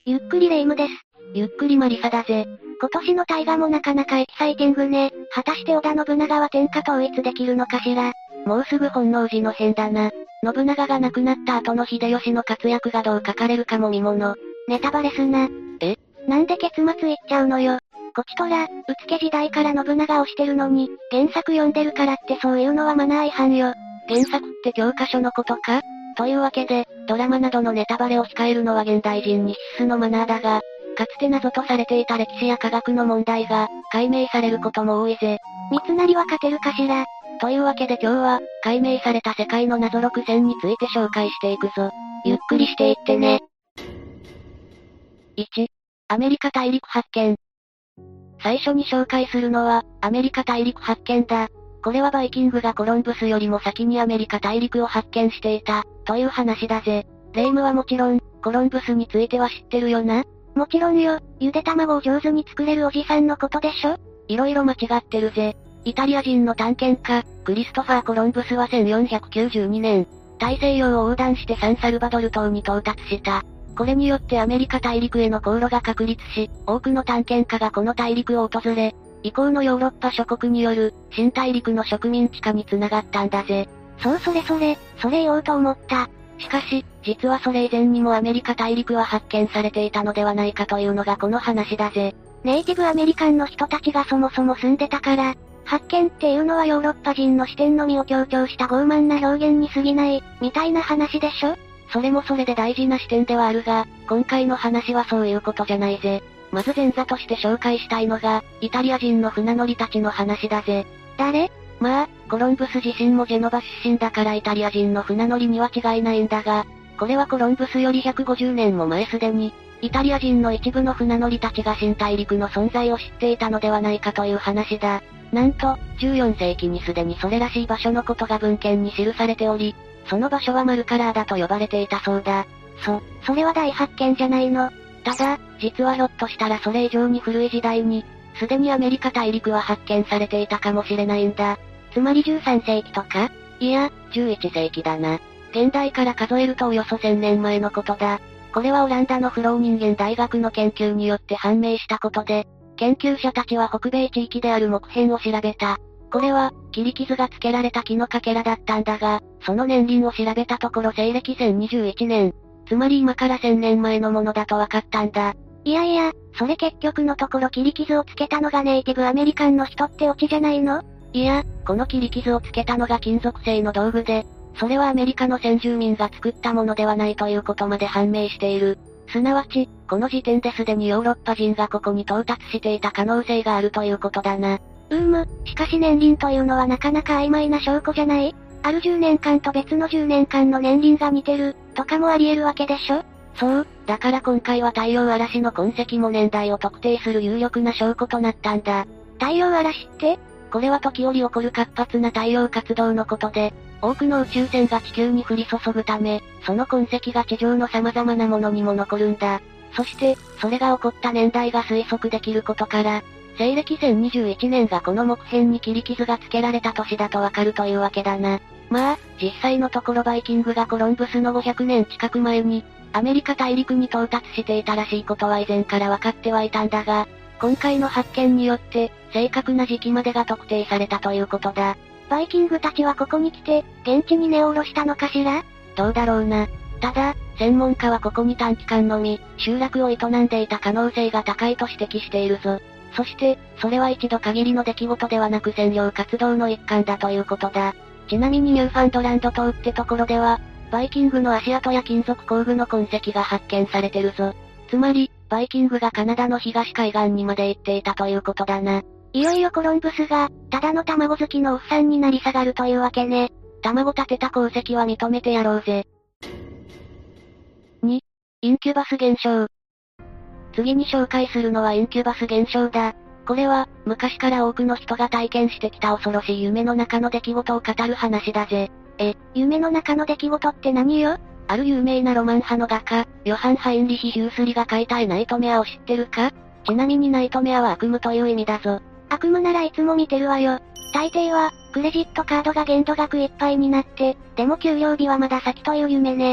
ゆっくりレ夢ムです。 ゆっくりマリサだぜ。 今年の大河もなかなかエキサイティングね。果たして織田信長は天下統一できるのかしら。 もうすぐ本能寺の変だな。信長が亡くなった後の秀吉の活躍がどう書かれるかも見もの。 ネタバレすな。なんで結末言っちゃうのよ。こちとら、うつけ時代から信長をしてるのに、原作読んでるからってそういうのはマナー違反よ。 原作って教科書のことか？というわけで、ドラマなどのネタバレを控えるのは現代人に必須のマナーだが、かつて謎とされていた歴史や科学の問題が、解明されることも多いぜ。 三成は勝てるかしら。 というわけで今日は、解明された世界の謎6選について紹介していくぞ。ゆっくりしていってね。1、アメリカ大陸発見。最初に紹介するのは、アメリカ大陸発見だ。これはバイキングがコロンブスよりも先にアメリカ大陸を発見していた、という話だぜ。レ夢ムはもちろん、コロンブスについては知ってるよな？ もちろんよ、ゆで卵を上手に作れるおじさんのことでしょ？ いろいろ間違ってるぜ。イタリア人の探検家、クリストファー・コロンブスは1492年、大西洋を横断してサンサルバドル島に到達した。これによってアメリカ大陸への航路が確立し、多くの探検家がこの大陸を訪れ、以降のヨーロッパ諸国による、新大陸の植民地化に繋がったんだぜ。 そうそれ言おうと思った。 しかし、実はそれ以前にもアメリカ大陸は発見されていたのではないかというのがこの話だぜ。 ネイティブアメリカンの人たちがそもそも住んでたから、発見っていうのはヨーロッパ人の視点のみを強調した傲慢な表現に過ぎない、みたいな話でしょ？ それもそれで大事な視点ではあるが、今回の話はそういうことじゃないぜ。まず前座として紹介したいのが、イタリア人の船乗りたちの話だぜ。 誰？ まあ、コロンブス自身もジェノバ出身だからイタリア人の船乗りには違いないんだが、これはコロンブスより150年も前すでに、イタリア人の一部の船乗りたちが新大陸の存在を知っていたのではないかという話だ。なんと、14世紀にすでにそれらしい場所のことが文献に記されており、その場所はマルカラーだと呼ばれていたそうだ。 それは大発見じゃないの。 ただ、実はひょっとしたらそれ以上に古い時代に、すでにアメリカ大陸は発見されていたかもしれないんだ。 つまり13世紀とか？ いや、11世紀だな。現代から数えるとおよそ1000年前のことだ。これはオランダのフローニンゲン大学の研究によって判明したことで、研究者たちは北米地域である木片を調べた。これは、切り傷がつけられた木のかけらだったんだが、その年輪を調べたところ西暦1021年。つまり今から1000年前のものだと分かったんだ。 いやいや、それ結局のところ切り傷をつけたのがネイティブアメリカンの人ってオチじゃないの？ いや、この切り傷をつけたのが金属製の道具で、それはアメリカの先住民が作ったものではないということまで判明している。すなわち、この時点ですでにヨーロッパ人がここに到達していた可能性があるということだな。 しかし年輪というのはなかなか曖昧な証拠じゃない？ある10年間と別の10年間の年輪が似てる、とかもあり得るわけでしょ？ そう、だから今回は太陽嵐の痕跡も年代を特定する有力な証拠となったんだ。 太陽嵐って？ これは時折起こる活発な太陽活動のことで、多くの宇宙線が地球に降り注ぐため、その痕跡が地上の様々なものにも残るんだ。そして、それが起こった年代が推測できることから、西暦1021年がこの木片に切り傷がつけられた年だとわかるというわけだな。まあ、実際のところバイキングがコロンブスの500年近く前に、アメリカ大陸に到達していたらしいことは以前からわかってはいたんだが、今回の発見によって、正確な時期までが特定されたということだ。 バイキングたちはここに来て、現地に根を下ろしたのかしら？ どうだろうな。ただ、専門家はここに短期間のみ、集落を営んでいた可能性が高いと指摘しているぞ。そして、それは一度限りの出来事ではなく占領活動の一環だということだ。ちなみにニューファンドランド島ってところでは、バイキングの足跡や金属工具の痕跡が発見されてるぞ。つまり、バイキングがカナダの東海岸にまで行っていたということだな。 いよいよコロンブスが、ただの卵好きのおっさんになり下がるというわけね。 卵立てた功績は認めてやろうぜ。2、インキュバス現象。次に紹介するのはインキュバス現象だ。これは、昔から多くの人が体験してきた恐ろしい夢の中の出来事を語る話だぜ。 夢の中の出来事って何よ？ ある有名なロマン派の画家、ヨハン・ハインリヒ・ヒュースリが描いた絵ナイトメアを知ってるか？ちなみにナイトメアは悪夢という意味だぞ。 悪夢ならいつも見てるわよ。大抵は、クレジットカードが限度額いっぱいになって、でも給料日はまだ先という夢ね。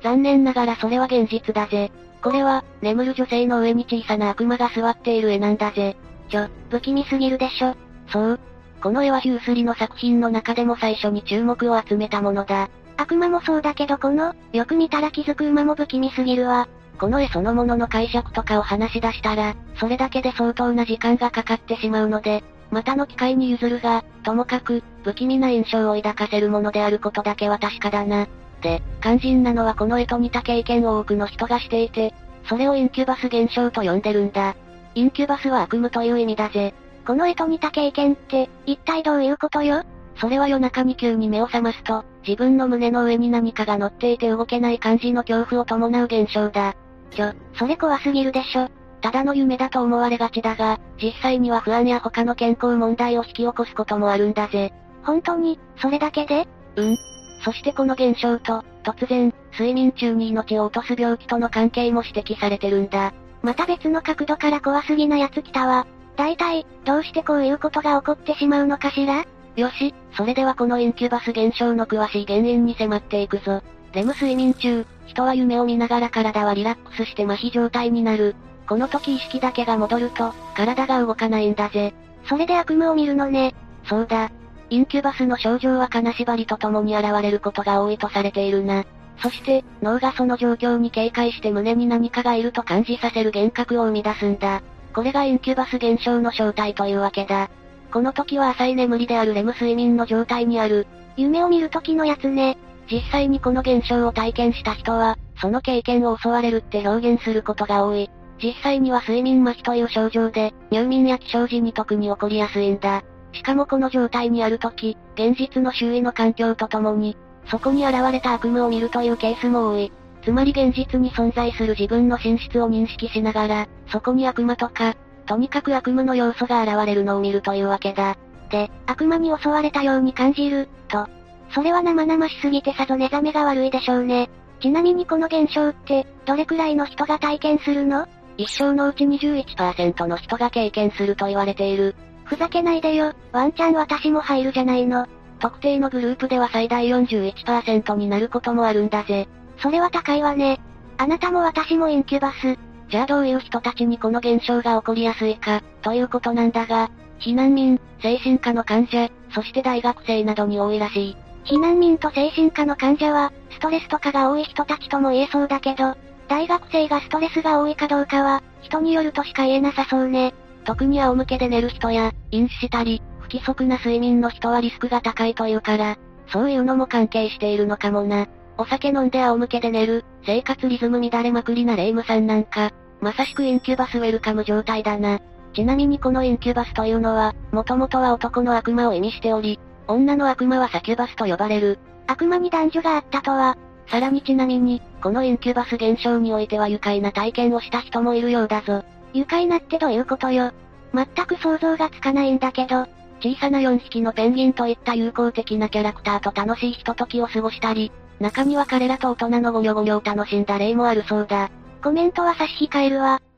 残念ながらそれは現実だぜ。これは、眠る女性の上に小さな悪魔が座っている絵なんだぜ。 不気味すぎるでしょ。 そう。この絵はヒュースリの作品の中でも最初に注目を集めたものだ。 悪魔もそうだけどよく見たら気づく馬も不気味すぎるわ。 この絵そのものの解釈とかを話し出したら、それだけで相当な時間がかかってしまうので、またの機会に譲るが、ともかく、不気味な印象を抱かせるものであることだけは確かだな。で、肝心なのはこの絵と似た経験を多くの人がしていて、それをインキュバス現象と呼んでるんだ。インキュバスは悪夢という意味だぜ。 この絵と似た経験って、一体どういうことよ？ それは夜中に急に目を覚ますと、自分の胸の上に何かが乗っていて動けない感じの恐怖を伴う現象だ。 それ怖すぎるでしょ。 ただの夢だと思われがちだが、実際には不安や他の健康問題を引き起こすこともあるんだぜ。 本当に、それだけで？ そしてこの現象と、突然、睡眠中に命を落とす病気との関係も指摘されてるんだ。 また別の角度から怖すぎなやつ来たわ。大体、どうしてこういうことが起こってしまうのかしら？ よし、それではこのインキュバス現象の詳しい原因に迫っていくぞ。レム睡眠中、人は夢を見ながら体はリラックスして麻痺状態になる。この時意識だけが戻ると、体が動かないんだぜ。 それで悪夢を見るのね。 そうだ。インキュバスの症状は金縛りとともに現れることが多いとされているな。そして、脳がその状況に警戒して胸に何かがいると感じさせる幻覚を生み出すんだ。これがインキュバス現象の正体というわけだ。この時は浅い眠りであるレム睡眠の状態にある。 夢を見る時のやつね。 実際にこの現象を体験した人は、その経験を襲われるって表現することが多い。実際には睡眠麻痺という症状で、入眠や起床時に特に起こりやすいんだ。しかもこの状態にある時、現実の周囲の環境とともに、そこに現れた悪夢を見るというケースも多い。つまり現実に存在する自分の寝室を認識しながら、そこに悪魔とか、とにかく悪夢の要素が現れるのを見るというわけだ。 で、悪魔に襲われたように感じる、と。それは生々しすぎてさぞ目覚めが悪いでしょうね。ちなみにこの現象って、どれくらいの人が体験するの？ 一生のうち 21% の人が経験すると言われている。 ふざけないでよ、ワンチャン私も入るじゃないの。 特定のグループでは最大 41% になることもあるんだぜ。 それは高いわね。あなたも私もインキュバス。 じゃあどういう人たちにこの現象が起こりやすいか、ということなんだが、避難民、精神科の患者、そして大学生などに多いらしい。 避難民と精神科の患者は、ストレスとかが多い人たちとも言えそうだけど、大学生がストレスが多いかどうかは、人によるとしか言えなさそうね。 特に仰向けで寝る人や、飲酒したり、不規則な睡眠の人はリスクが高いというから、そういうのも関係しているのかもな。お酒飲んで仰向けで寝る、生活リズム乱れまくりなレイムさんなんか、まさしくインキュバスウェルカム状態だな。ちなみにこのインキュバスというのは、もともとは男の悪魔を意味しており、女の悪魔はサキュバスと呼ばれる。 悪魔に男女があったとは。 さらにちなみに、このインキュバス現象においては愉快な体験をした人もいるようだぞ。 愉快なってどういうことよ。全く想像がつかないんだけど。 小さな4匹のペンギンといった友好的なキャラクターと楽しいひとときを過ごしたり、中には彼らと大人のゴニョゴニョを楽しんだ例もあるそうだ。 コメントは差し控えるわ。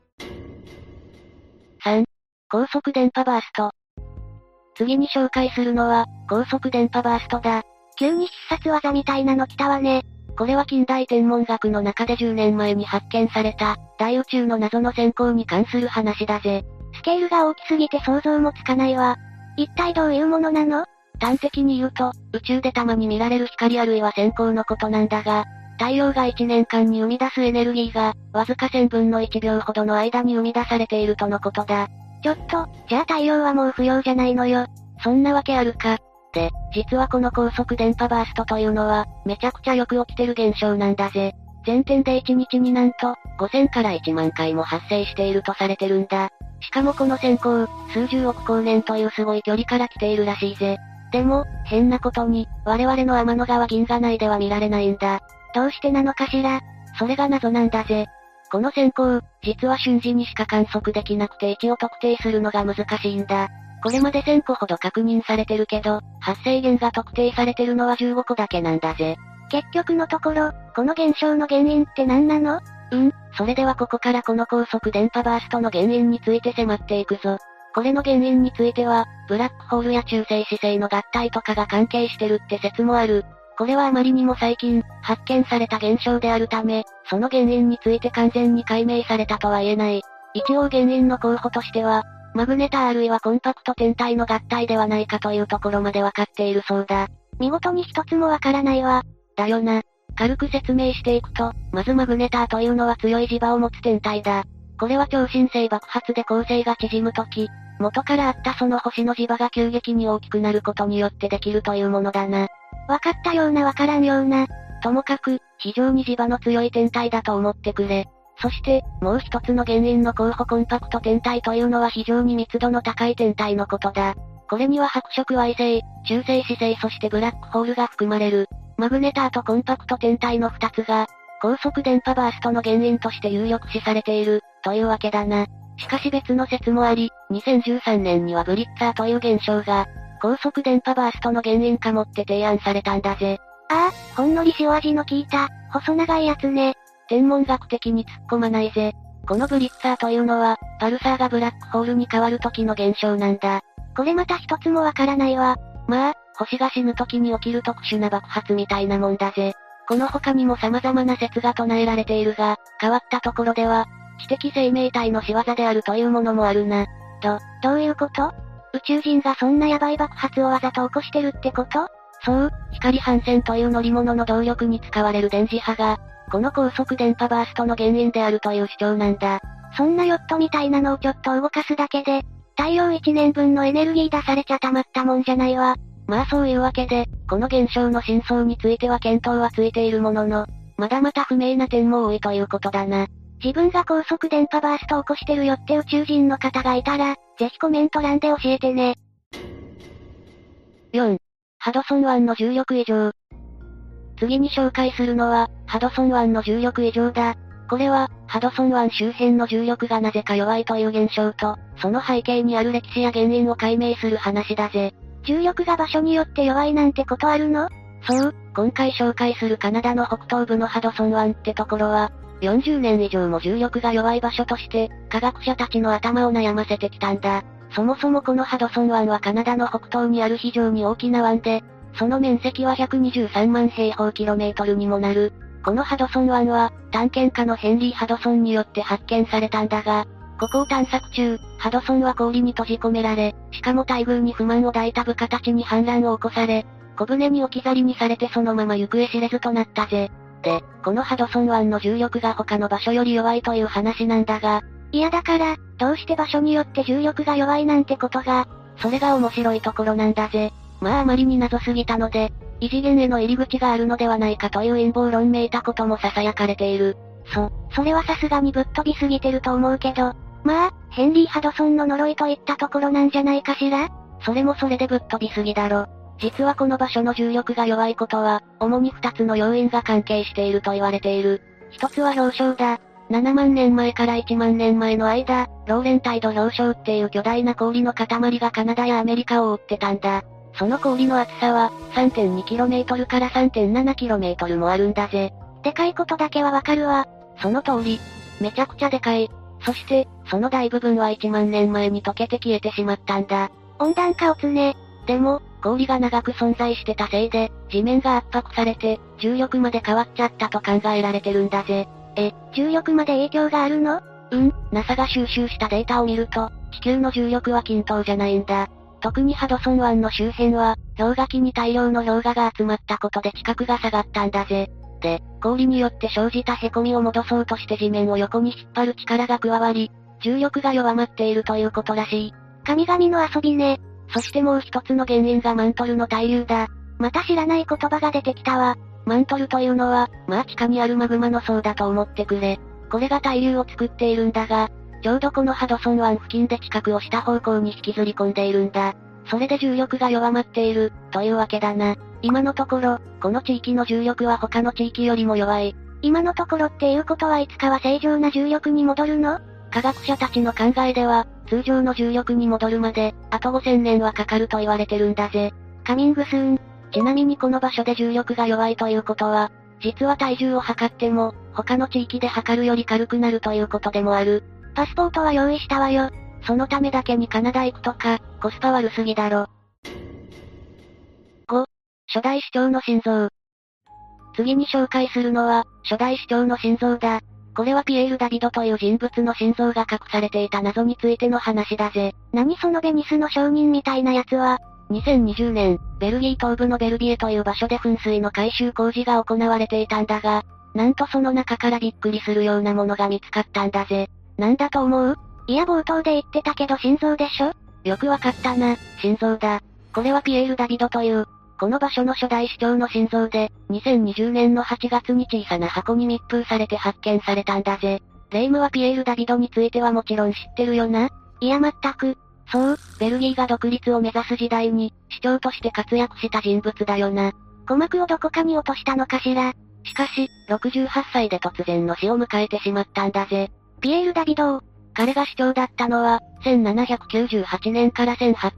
3. 高速電波バースト。次に紹介するのは、高速電波バーストだ。 急に必殺技みたいなの来たわね。 これは近代天文学の中で10年前に発見された、大宇宙の謎の閃光に関する話だぜ。 スケールが大きすぎて想像もつかないわ。一体どういうものなの？ 端的に言うと、宇宙でたまに見られる光あるいは閃光のことなんだが、太陽が1年間に生み出すエネルギーが、わずか1000分の1秒ほどの間に生み出されているとのことだ。 ちょっと、じゃあ太陽はもう不要じゃないのよ。 そんなわけあるか。で、実はこの高速電波バーストというのは、めちゃくちゃよく起きてる現象なんだぜ。全天で1日になんと、5000から1万回も発生しているとされてるんだ。しかもこの閃光、数十億光年というすごい距離から来ているらしいぜ。でも、変なことに、我々の天の川銀河内では見られないんだ。 どうしてなのかしら？ それが謎なんだぜ。この閃光、実は瞬時にしか観測できなくて位置を特定するのが難しいんだ。これまで1000個ほど確認されてるけど、発生源が特定されてるのは15個だけなんだぜ。 結局のところ、この現象の原因って何なの？ それではここからこの高速電波バーストの原因について迫っていくぞ。これの原因については、ブラックホールや中性子星の合体とかが関係してるって説もある。 これはあまりにも最近、発見された現象であるため、その原因について完全に解明されたとは言えない。一応原因の候補としては、マグネタあるいはコンパクト天体の合体ではないかというところまでわかっているそうだ。 見事に一つもわからないわ。 だよな。軽く説明していくと、まずマグネタというのは強い磁場を持つ天体だ。これは超新星爆発で恒星が縮むとき、元からあったその星の磁場が急激に大きくなることによってできるというものだな。 わかったようなわからんような。 ともかく、非常に磁場の強い天体だと思ってくれ。そして、もう一つの原因の候補コンパクト天体というのは非常に密度の高い天体のことだ。これには白色矮星、中性子星そしてブラックホールが含まれる。マグネタとコンパクト天体の二つが、高速電波バーストの原因として有力視されている、というわけだな。しかし別の説もあり、2013年にはブリッツァーという現象が、高速電波バーストの原因かもって提案されたんだぜ。 ああ、ほんのり塩味の効いた、細長いやつね。 天文学的に突っ込まないぜ。このブリッツァーというのは、パルサーがブラックホールに変わる時の現象なんだ。 これまた一つもわからないわ。 まあ、星が死ぬ時に起きる特殊な爆発みたいなもんだぜ。この他にも様々な説が唱えられているが、変わったところでは、知的生命体の仕業であるというものもあるな。 どういうこと？宇宙人がそんなヤバい爆発をわざと起こしてるってこと？ そう、光反線という乗り物の動力に使われる電磁波が、この高速電波バーストの原因であるという主張なんだ。 そんなヨットみたいなのをちょっと動かすだけで、太陽1年分のエネルギー出されちゃたまったもんじゃないわ。 まあそういうわけで、この現象の真相については見当はついているものの、まだまた不明な点も多いということだな。 自分が高速電波バーストを起こしてるよって宇宙人の方がいたら、ぜひコメント欄で教えてね。 4. ハドソン湾の重力異常。次に紹介するのは、ハドソン湾の重力異常だ。これは、ハドソン湾周辺の重力がなぜか弱いという現象と、その背景にある歴史や原因を解明する話だぜ。 重力が場所によって弱いなんてことあるの？ そう、今回紹介するカナダの北東部のハドソン湾ってところは、40年以上も重力が弱い場所として、科学者たちの頭を悩ませてきたんだ。そもそもこのハドソン湾はカナダの北東にある非常に大きな湾で、その面積は123万平方キロメートルにもなる。このハドソン湾は、探検家のヘンリー・ハドソンによって発見されたんだが、ここを探索中、ハドソンは氷に閉じ込められ、しかも待遇に不満を抱いた部下たちに反乱を起こされ、小舟に置き去りにされてそのまま行方知れずとなったぜ。で、このハドソン湾の重力が他の場所より弱いという話なんだが、 いやだから、どうして場所によって重力が弱いなんてことが、 それが面白いところなんだぜ。まああまりに謎すぎたので、異次元への入り口があるのではないかという陰謀論めいたことも囁かれている。 それはさすがにぶっ飛びすぎてると思うけど、まあ、ヘンリー・ハドソンの呪いといったところなんじゃないかしら？ それもそれでぶっ飛びすぎだろ。実はこの場所の重力が弱いことは、主に2つの要因が関係していると言われている。一つは氷床だ。7万年前から1万年前の間、ローレンタイド氷床っていう巨大な氷の塊がカナダやアメリカを覆ってたんだ。その氷の厚さは、3.2km から 3.7km もあるんだぜ。 でかいことだけはわかるわ。 その通り。めちゃくちゃでかい。そして、その大部分は1万年前に溶けて消えてしまったんだ。 温暖化をつね。 でも、氷が長く存在してたせいで、地面が圧迫されて、重力まで変わっちゃったと考えられてるんだぜ。 重力まで影響があるの？ NASA が収集したデータを見ると、地球の重力は均等じゃないんだ。特にハドソン湾の周辺は、氷河期に大量の氷河が集まったことで地殻が下がったんだぜ。で、氷によって生じた凹みを戻そうとして地面を横に引っ張る力が加わり、重力が弱まっているということらしい。 神々の遊びね。 そしてもう一つの原因がマントルの対流だ。 また知らない言葉が出てきたわ。 マントルというのは、まあ地下にあるマグマの層だと思ってくれ。これが対流を作っているんだが、ちょうどこのハドソン湾付近で地殻を下方向に引きずり込んでいるんだ。それで重力が弱まっている、というわけだな。今のところ、この地域の重力は他の地域よりも弱い。 今のところっていうことはいつかは正常な重力に戻るの？ 科学者たちの考えでは、通常の重力に戻るまで、あと5000年はかかると言われてるんだぜ。 カミングスーン。 ちなみにこの場所で重力が弱いということは、実は体重を測っても、他の地域で測るより軽くなるということでもある。 パスポートは用意したわよ。 そのためだけにカナダ行くとか、コスパ悪すぎだろ。5. 初代市長の心臓。 次に紹介するのは、初代市長の心臓だ。これはピエール・ダビドという人物の心臓が隠されていた謎についての話だぜ。 何そのベニスの商人みたいなやつは。 2020年、ベルギー東部のベルビエという場所で噴水の改修工事が行われていたんだが、なんとその中からびっくりするようなものが見つかったんだぜ。なんだと思う？ いや冒頭で言ってたけど心臓でしょ？ よくわかったな、心臓だ。これはピエール・ダビドという、この場所の初代市長の心臓で、2020年の8月に小さな箱に密封されて発見されたんだぜ。レイムはピエール・ダビドについてはもちろん知ってるよな？ いや全く。 そう、ベルギーが独立を目指す時代に、市長として活躍した人物だよな。 鼓膜をどこかに落としたのかしら。 しかし、68歳で突然の死を迎えてしまったんだぜ。 ピエール・ダビド。 彼が市長だったのは、1798年から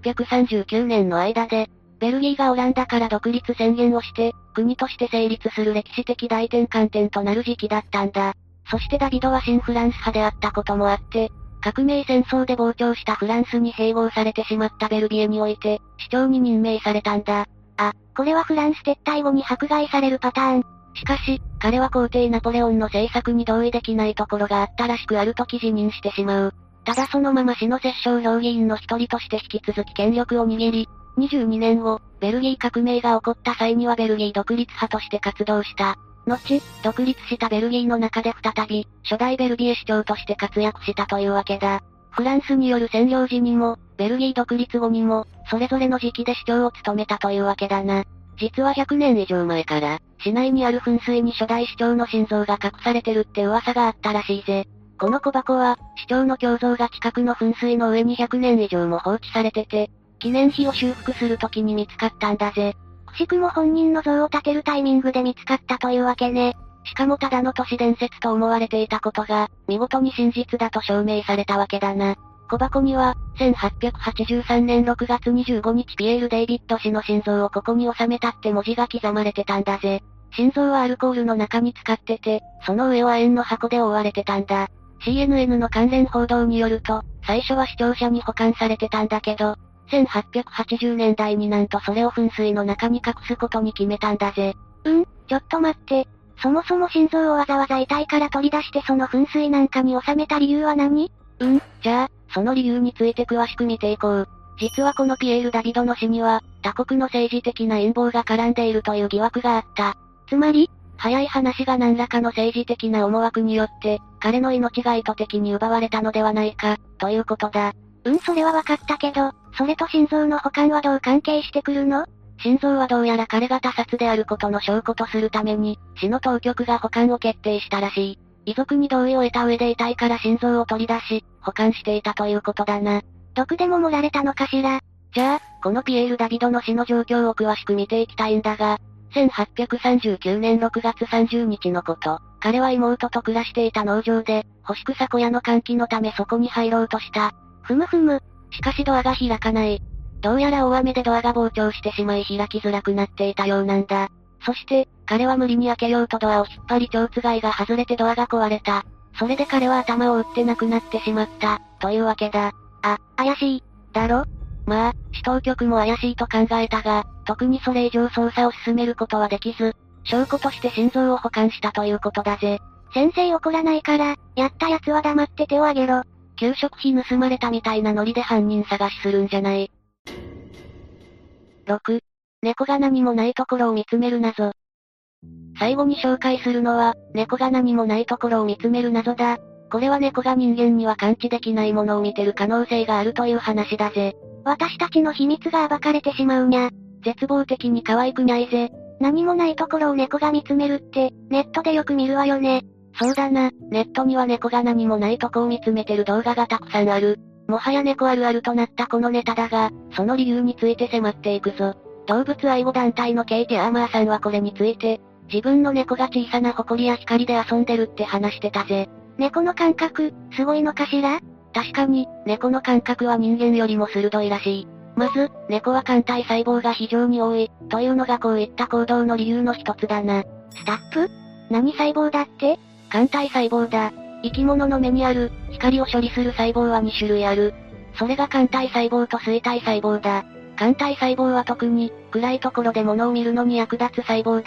1839年の間で、ベルギーがオランダから独立宣言をして、国として成立する歴史的大転換点となる時期だったんだ。そしてダビドは新フランス派であったこともあって、革命戦争で膨張したフランスに併合されてしまったベルビエにおいて、市長に任命されたんだ。 あ、これはフランス撤退後に迫害されるパターン。 しかし、彼は皇帝ナポレオンの政策に同意できないところがあったらしくある時辞任してしまう。ただそのまま死の摂政評議員の一人として引き続き権力を握り、22年後、ベルギー革命が起こった際にはベルギー独立派として活動した。後、独立したベルギーの中で再び、初代ベルギー市長として活躍したというわけだ。フランスによる占領時にも、ベルギー独立後にも、それぞれの時期で市長を務めたというわけだな。実は100年以上前から、市内にある噴水に初代市長の心臓が隠されてるって噂があったらしいぜ。この小箱は、市長の胸像が近くの噴水の上に100年以上も放置されてて、記念碑を修復する時に見つかったんだぜ。 くしくも本人の像を建てるタイミングで見つかったというわけね。 しかもただの都市伝説と思われていたことが、見事に真実だと証明されたわけだな。小箱には、1883年6月25日ピエール・デイビッド氏の心臓をここに収めたって文字が刻まれてたんだぜ。心臓はアルコールの中に使ってて、その上は円の箱で覆われてたんだ。CNN の関連報道によると、最初は視聴者に保管されてたんだけど、1880年代になんとそれを噴水の中に隠すことに決めたんだぜ。 ちょっと待って。そもそも心臓をわざわざ遺体から取り出してその噴水なんかに収めた理由は何？ じゃあ、その理由について詳しく見ていこう。実はこのピエール・ダビドの死には、他国の政治的な陰謀が絡んでいるという疑惑があった。 つまり？ 早い話が何らかの政治的な思惑によって、彼の命が意図的に奪われたのではないか、ということだ。 それはわかったけど、それと心臓の保管はどう関係してくるの？ 心臓はどうやら彼が他殺であることの証拠とするために、市の当局が保管を決定したらしい。遺族に同意を得た上で遺体から心臓を取り出し、保管していたということだな。 毒でも盛られたのかしら？ じゃあ、このピエール・ダビドの死の状況を詳しく見ていきたいんだが、1839年6月30日のこと、彼は妹と暮らしていた農場で、干し草小屋の換気のためそこに入ろうとした。 ふむふむ。 しかしドアが開かない。どうやら大雨でドアが膨張してしまい開きづらくなっていたようなんだ。そして、彼は無理に開けようとドアを引っ張り蝶番が外れてドアが壊れた。それで彼は頭を打って亡くなってしまった、というわけだ。 怪しい。 だろ？まあ、市当局も怪しいと考えたが、特にそれ以上捜査を進めることはできず、証拠として心臓を保管したということだぜ。 先生怒らないから、やった奴は黙って手を挙げろ。 給食費盗まれたみたいなノリで犯人探しするんじゃない。6. 猫が何もないところを見つめる謎。最後に紹介するのは、猫が何もないところを見つめる謎だ。これは猫が人間には感知できないものを見てる可能性があるという話だぜ。 私たちの秘密が暴かれてしまうにゃ。 絶望的に可愛くないぜ。 何もないところを猫が見つめるって、ネットでよく見るわよね。 そうだな、ネットには猫が何もないとこを見つめてる動画がたくさんある。もはや猫あるあるとなったこのネタだが、その理由について迫っていくぞ。動物愛護団体のケイティ・アーマーさんはこれについて、自分の猫が小さな埃や光で遊んでるって話してたぜ。 猫の感覚、すごいのかしら？ 確かに、猫の感覚は人間よりも鋭いらしい。まず、猫は肝体細胞が非常に多い、というのがこういった行動の理由の一つだな。 スタップ？何細胞だって？ 肝体細胞だ。生き物の目にある、光を処理する細胞は2種類ある。それが肝体細胞と錐体細胞だ。肝体細胞は特に、暗いところで物を見るのに役立つ細胞で、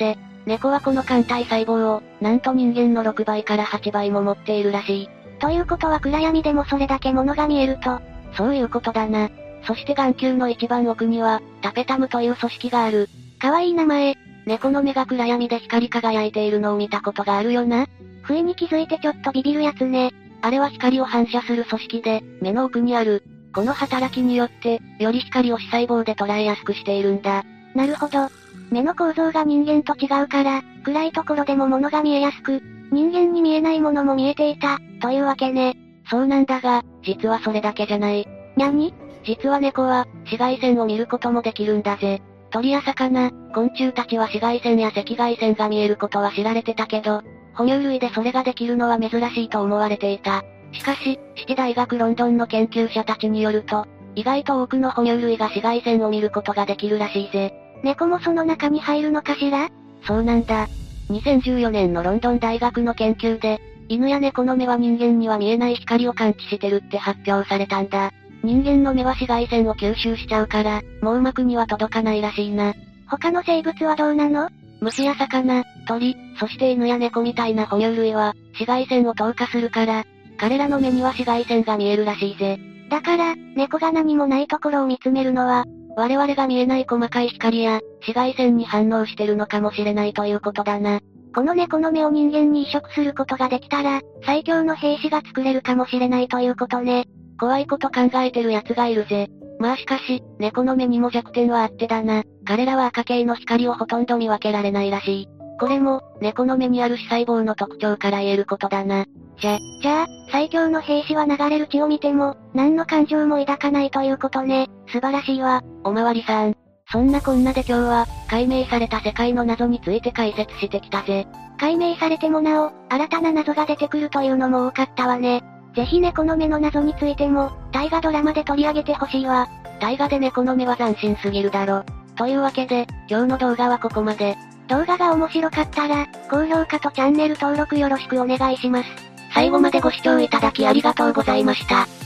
猫はこの肝体細胞を、なんと人間の6倍から8倍も持っているらしい。 ということは暗闇でもそれだけ物が見えると。 そういうことだな。そして眼球の一番奥には、タペタムという組織がある。 かわいい名前。 猫の目が暗闇で光り輝いているのを見たことがあるよな。 不意に気づいてちょっとビビるやつね。 あれは光を反射する組織で、目の奥にある。この働きによって、より光を視細胞で捉えやすくしているんだ。 なるほど。目の構造が人間と違うから、暗いところでも物が見えやすく、人間に見えないものも見えていた、というわけね。 そうなんだが、実はそれだけじゃない。 何？ 実は猫は、紫外線を見ることもできるんだぜ。鳥や魚、昆虫たちは紫外線や赤外線が見えることは知られてたけど、哺乳類でそれができるのは珍しいと思われていた。しかし、シティ大学ロンドンの研究者たちによると、意外と多くの哺乳類が紫外線を見ることができるらしいぜ。 猫もその中に入るのかしら？ そうなんだ。2014年のロンドン大学の研究で、犬や猫の目は人間には見えない光を感知してるって発表されたんだ。人間の目は紫外線を吸収しちゃうから、網膜には届かないらしいな。 他の生物はどうなの？ 虫や魚、鳥、そして犬や猫みたいな哺乳類は、紫外線を透過するから、彼らの目には紫外線が見えるらしいぜ。 だから、猫が何もないところを見つめるのは、 我々が見えない細かい光や、紫外線に反応してるのかもしれないということだな。 この猫の目を人間に移植することができたら、最強の兵士が作れるかもしれないということね。 怖いこと考えてる奴がいるぜ。まあしかし、猫の目にも弱点はあってだな。彼らは赤系の光をほとんど見分けられないらしい。これも、猫の目にある視細胞の特徴から言えることだな。 じゃあ、最強の兵士は流れる血を見ても、何の感情も抱かないということね。素晴らしいわ。 おまわりさん。そんなこんなで今日は、解明された世界の謎について解説してきたぜ。 解明されてもなお、新たな謎が出てくるというのも多かったわね。ぜひ猫の目の謎についても、大河ドラマで取り上げてほしいわ。 大河で猫の目は斬新すぎるだろ。というわけで、今日の動画はここまで。 動画が面白かったら、高評価とチャンネル登録よろしくお願いします。 最後までご視聴いただきありがとうございました。